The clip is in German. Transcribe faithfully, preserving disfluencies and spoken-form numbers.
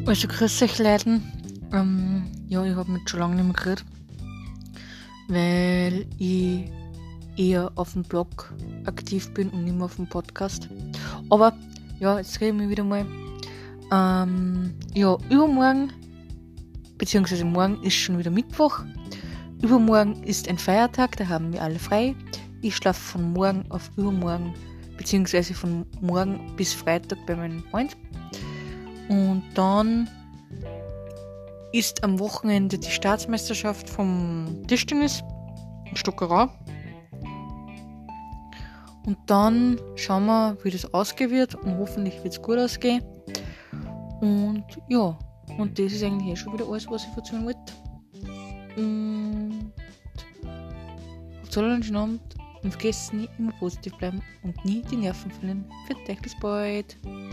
Also grüß euch Leuten. Ähm, ja, ich habe mich schon lange nicht mehr gehört, weil ich eher auf dem Blog aktiv bin und nicht mehr auf dem Podcast. Aber ja, jetzt reden wir wieder mal. Ähm, ja, übermorgen, beziehungsweise morgen ist schon wieder Mittwoch. Übermorgen ist ein Feiertag, da haben wir alle frei. Ich schlafe von morgen auf übermorgen, beziehungsweise von morgen bis Freitag bei meinem Freund. Und dann ist am Wochenende die Staatsmeisterschaft vom Tischtennis in Stockerau. Und dann schauen wir, wie das ausgehen wird, und hoffentlich wird es gut ausgehen. Und ja, und das ist eigentlich eh schon wieder alles, was ich erzählen wollte. Und habt alle einen schönen Abend und vergesst nie, immer positiv bleiben und nie die Nerven verlieren. Für euch, bis bald.